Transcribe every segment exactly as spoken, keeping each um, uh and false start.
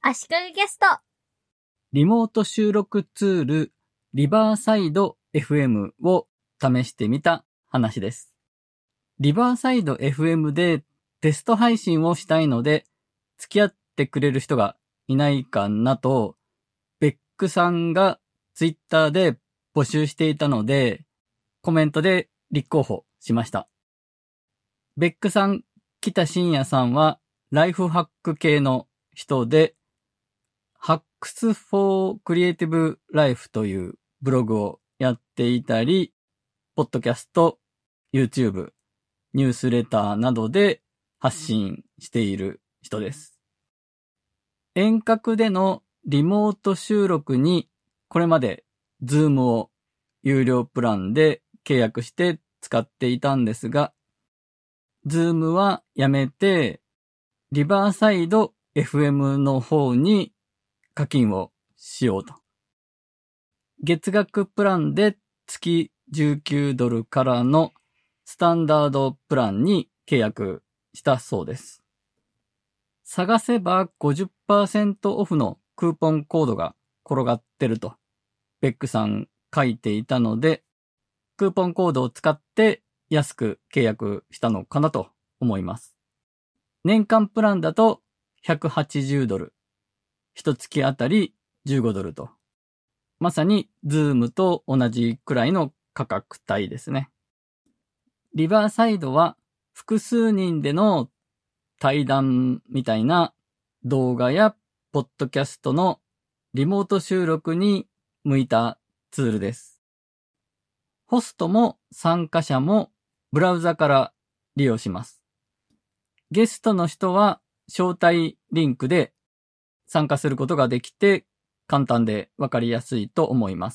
足利ゲスト。 リモート収録ツール、リバーサイド エフエム を試してみた話です。リバーサイド エフエム でテスト配信をしたいので、付き合ってくれる人がいないかなと、ベックさんがツイッターで募集していたので、コメントで立候補しました。ベックさん、北信也さんはライフハック系の人で、ハックスフォークリエイティブライフというブログをやっていたり、ポッドキャスト、YouTube、ニュースレターなどで発信している人です。遠隔でのリモート収録にこれまで Zoom を有料プランで契約して使っていたんですが、Zoom はやめてリバーサイド エフエム の方に課金をしようと。月額プランで月じゅうきゅうドルからのスタンダードプランに契約したそうです。探せば ごじゅっパーセント オフのクーポンコードが転がってるとベックさん書いていたので、クーポンコードを使って安く契約したのかなと思います。年間プランだとひゃくはちじゅうドル。一月あたりじゅうごドルと。まさに Zoom と同じくらいの価格帯ですね。リバーサイドは複数人での対談みたいな動画やポッドキャストのリモート収録に向いたツールです。ホストも参加者もブラウザから利用します。ゲストの人は招待リンクで参加することができて簡単でわかりやすいと思います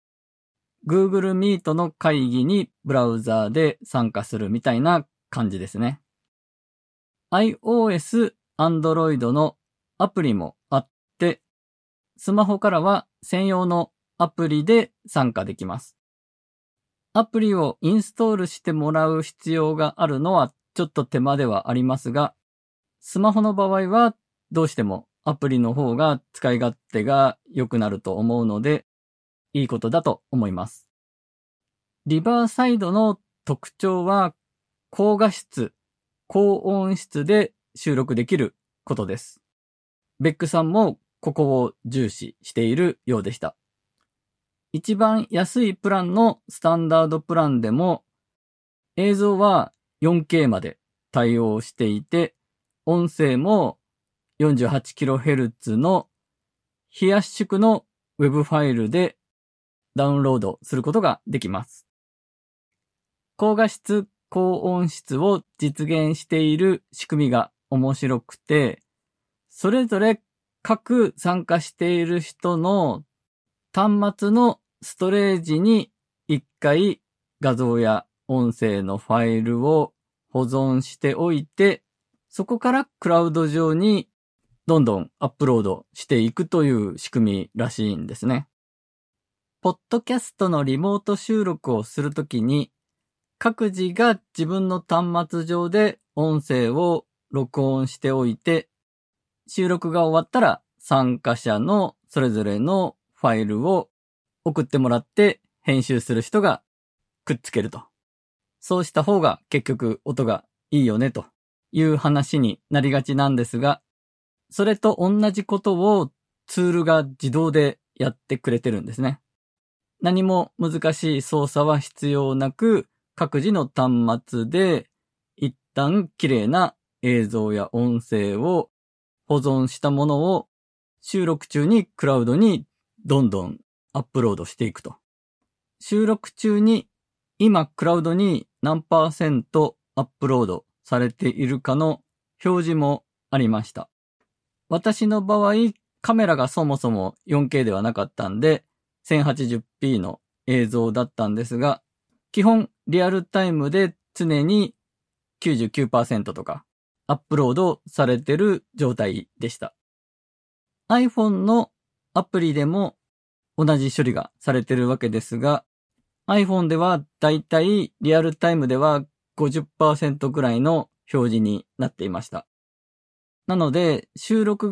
。Google Meet の会議にブラウザーで参加するみたいな感じですね。iOS、Android のアプリもあって、スマホからは専用のアプリで参加できます。アプリをインストールしてもらう必要があるのはちょっと手間ではありますが、スマホの場合はどうしてもアプリの方が使い勝手が良くなると思うので、いいことだと思います。リバーサイドの特徴は高画質、高音質で収録できることです。ベックさんもここを重視しているようでした。一番安いプランのスタンダードプランでも映像は よんケー まで対応していて、音声も よんじゅうはちキロヘルツ の非圧縮のウェブファイルでダウンロードすることができます。高画質、高音質を実現している仕組みが面白くて、それぞれ各参加している人の端末のストレージに一回画像や音声のファイルを保存しておいて、そこからクラウド上にどんどんアップロードしていくという仕組みらしいんですね。ポッドキャストのリモート収録をするときに、各自が自分の端末上で音声を録音しておいて、収録が終わったら参加者のそれぞれのファイルを送ってもらって編集する人がくっつけると。そうした方が結局音がいいよねという話になりがちなんですが、それと同じことをツールが自動でやってくれてるんですね。何も難しい操作は必要なく、各自の端末で一旦綺麗な映像や音声を保存したものを収録中にクラウドにどんどんアップロードしていくと。収録中に今クラウドに何パーセントアップロードされているかの表示もありました。私の場合、カメラがそもそも よんケー ではなかったんで せんはちじゅうピー の映像だったんですが、基本リアルタイムで常に きゅうじゅうきゅうパーセント とかアップロードされてる状態でした。iPhone のアプリでも同じ処理がされてるわけですが、iPhone ではだいたいリアルタイムでは ごじゅっパーセント くらいの表示になっていました。なので収録が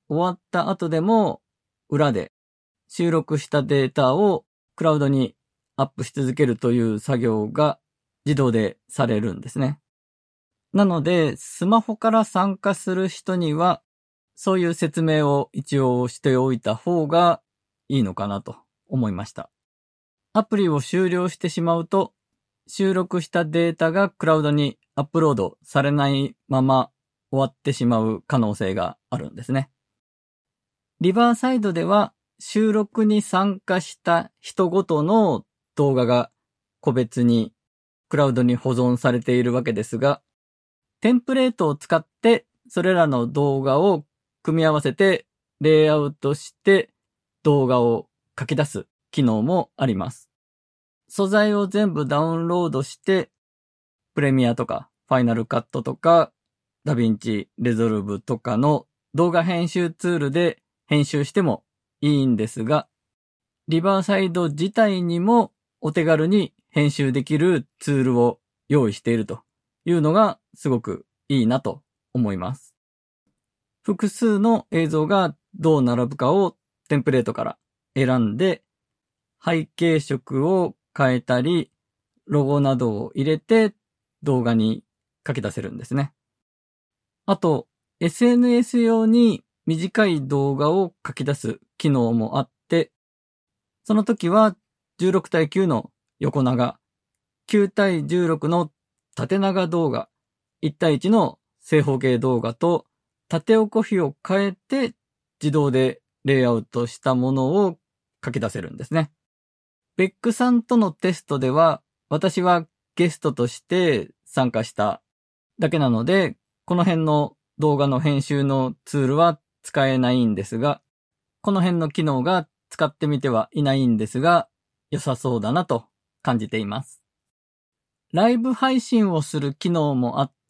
終わった後でも裏で収録したデータをクラウドにアップし続けるという作業が自動でされるんですね。なので、スマホから参加する人には、そういう説明を一応しておいた方がいいのかなと思いました。アプリを終了してしまうと、収録したデータがクラウドにアップロードされないまま終わってしまう可能性があるんですね。リバーサイドでは収録に参加した人ごとの動画が個別にクラウドに保存されているわけですが、テンプレートを使ってそれらの動画を組み合わせてレイアウトして動画を書き出す機能もあります。素材を全部ダウンロードして、プレミアとかファイナルカットとかダヴィンチレゾルブとかの動画編集ツールで編集してもいいんですが、リバーサイド自体にもお手軽に編集できるツールを用意しているというのがすごくいいなと思います。複数の映像がどう並ぶかをテンプレートから選んで、背景色を変えたり、ロゴなどを入れて動画に書き出せるんですね。あと、エスエヌエス 用に短い動画を書き出す機能もあって、その時はじゅうろくたいきゅうの横長、きゅうたいじゅうろくの縦長動画、いちたいいちの正方形動画と縦横比を変えて自動でレイアウトしたものを書き出せるんですね。ベックさんとのテストでは私はゲストとして参加しただけなので、この辺の動画の編集のツールは使えないんですが、この辺の機能が使ってみてはいないんですが、良さそうだなと感じています。ライブ配信をする機能もあって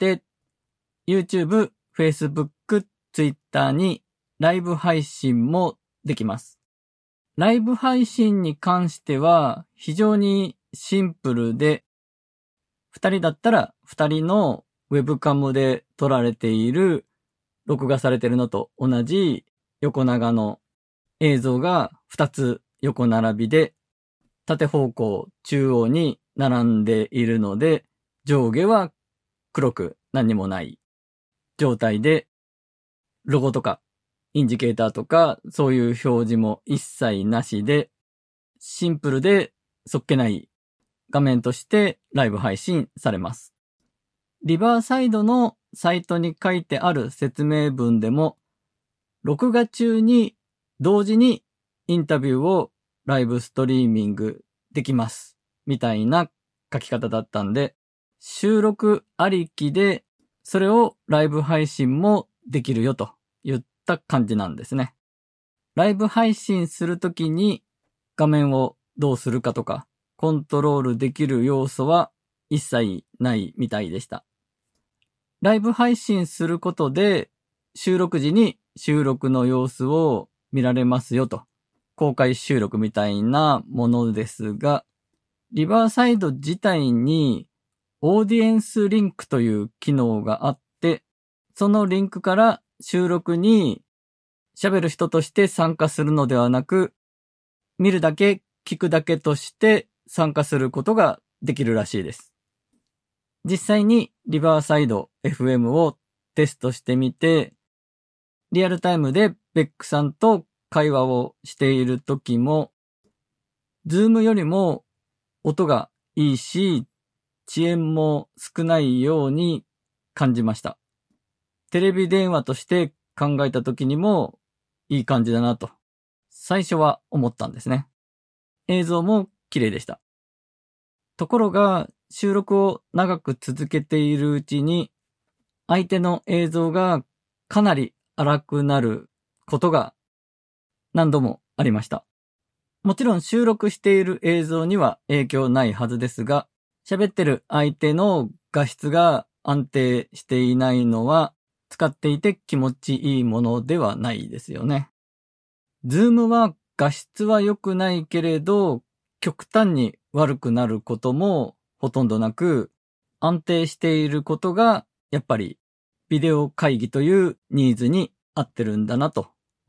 、YouTube、Facebook、Twitter にライブ配信もできます。ライブ配信に関しては非常にシンプルで、二人だったら二人のウェブカムで撮られている、録画されているのと同じ横長の映像が二つ横並びで、縦方向中央に並んでいるので、上下は黒く何もない状態で、ロゴとかインジケーターとかそういう表示も一切なしで、シンプルでそっけない画面としてライブ配信されます。リバーサイドのサイトに書いてある説明文でも、録画中に同時にインタビューをライブストリーミングできますみたいな書き方だったんで、収録ありきでそれをライブ配信もできるよといった感じなんですね。ライブ配信するときに画面をどうするかとかコントロールできる要素は一切ないみたいでした。ライブ配信することで収録時に収録の様子を見られますよと、公開収録みたいなものですが、リバーサイド自体にオーディエンスリンクという機能があって、そのリンクから収録に喋る人として参加するのではなく、見るだけ聞くだけとして参加することができるらしいです。実際にリバーサイド エフエム をテストしてみて、リアルタイムでベックさんと会話をしている時も、ズームよりも音がいいし、遅延も少ないように感じました。テレビ電話として考えた時にもいい感じだなと、最初は思ったんですね。映像も綺麗でした。ところが、収録を長く続けているうちに、相手の映像がかなり荒くなることが何度もありました。もちろん収録している映像には影響ないはずですが、喋ってる相手の画質が安定していないのは使っていて気持ちいいものではないですよね。ズームは画質は良くないけれど、極端に悪くなることもほとんどなく、安定していることがやっぱりビデオ会議というニーズに合ってるんだなと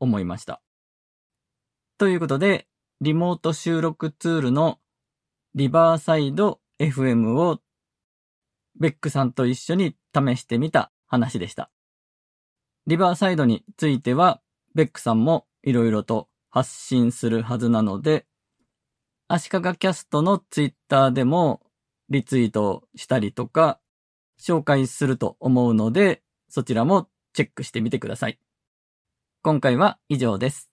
思いました。ということで、リモート収録ツールのリバーサイド エフエム をベックさんと一緒に試してみた話でした。リバーサイドについては、ベックさんもいろいろと発信するはずなので、足利キャストのツイッターでもリツイートしたりとか紹介すると思うので、そちらもチェックしてみてください。今回は以上です。